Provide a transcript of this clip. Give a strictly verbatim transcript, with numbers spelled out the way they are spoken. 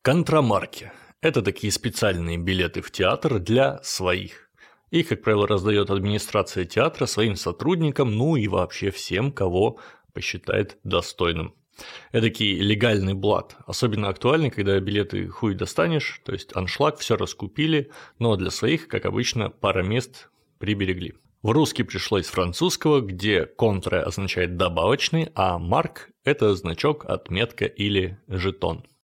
Контрамарки – это такие специальные билеты в театр для своих. Их, как правило, раздает администрация театра своим сотрудникам, ну и вообще всем, кого посчитает достойным. Эдакий легальный блат, особенно актуальный, когда билеты хуй достанешь, то есть аншлаг, все раскупили, но для своих, как обычно, пара мест приберегли. В русский пришло из французского, где контре означает добавочный, а марк – это значок, отметка или жетон.